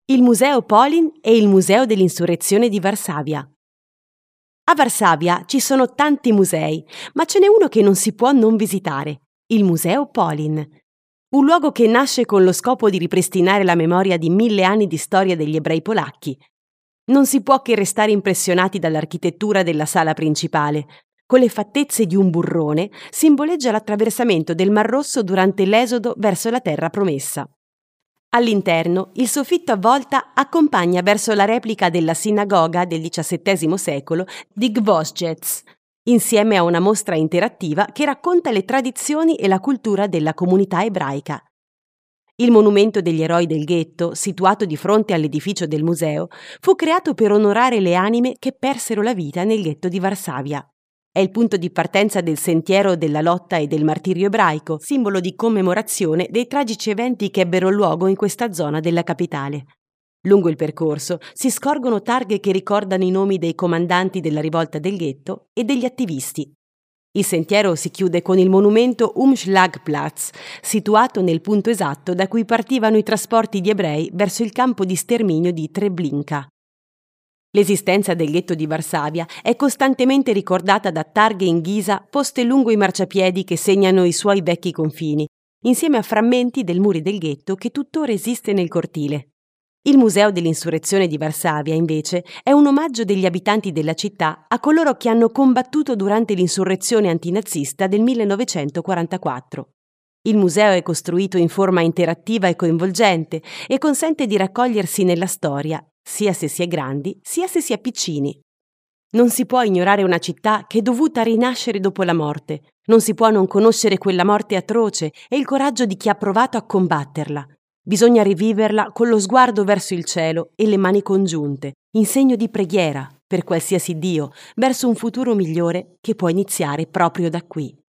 Il Museo Polin e il Museo dell'Insurrezione di Varsavia. A Varsavia ci sono tanti musei, ma ce n'è uno che non si può non visitare, il Museo Polin. Un luogo che nasce con lo scopo di ripristinare la memoria di 1000 anni di storia degli ebrei polacchi. Non si può che restare impressionati dall'architettura della sala principale. Con le fattezze di un burrone simboleggia l'attraversamento del Mar Rosso durante l'esodo verso la terra promessa. All'interno, il soffitto a volta accompagna verso la replica della sinagoga del XVII secolo di Gvozdec, insieme a una mostra interattiva che racconta le tradizioni e la cultura della comunità ebraica. Il monumento degli eroi del ghetto, situato di fronte all'edificio del museo, fu creato per onorare le anime che persero la vita nel ghetto di Varsavia. È il punto di partenza del sentiero della lotta e del martirio ebraico, simbolo di commemorazione dei tragici eventi che ebbero luogo in questa zona della capitale. Lungo il percorso si scorgono targhe che ricordano i nomi dei comandanti della rivolta del ghetto e degli attivisti. Il sentiero si chiude con il monumento Umschlagplatz, situato nel punto esatto da cui partivano i trasporti di ebrei verso il campo di sterminio di Treblinka. L'esistenza del ghetto di Varsavia è costantemente ricordata da targhe in ghisa poste lungo i marciapiedi che segnano i suoi vecchi confini, insieme a frammenti del muro del ghetto che tuttora esiste nel cortile. Il Museo dell'Insurrezione di Varsavia, invece, è un omaggio degli abitanti della città a coloro che hanno combattuto durante l'insurrezione antinazista del 1944. Il museo è costruito in forma interattiva e coinvolgente e consente di raccogliersi nella storia, sia se si è grandi, sia se si è piccini. Non si può ignorare una città che è dovuta rinascere dopo la morte. Non si può non conoscere quella morte atroce e il coraggio di chi ha provato a combatterla. Bisogna riviverla con lo sguardo verso il cielo e le mani congiunte, in segno di preghiera, per qualsiasi Dio, verso un futuro migliore che può iniziare proprio da qui.